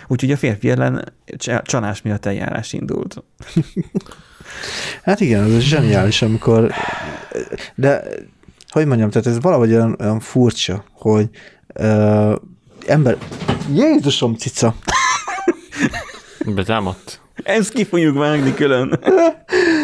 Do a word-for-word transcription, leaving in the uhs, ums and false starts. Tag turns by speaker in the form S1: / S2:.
S1: Úgyhogy a férfi ellen csalás miatt eljárás indult.
S2: Hát igen, ez zseniális, amikor, de hogy mondjam, tehát ez valahogy olyan, olyan furcsa, hogy uh, ember, Jézusom cica!
S3: Betámadt.
S1: Ezt ki fogjuk vágni külön.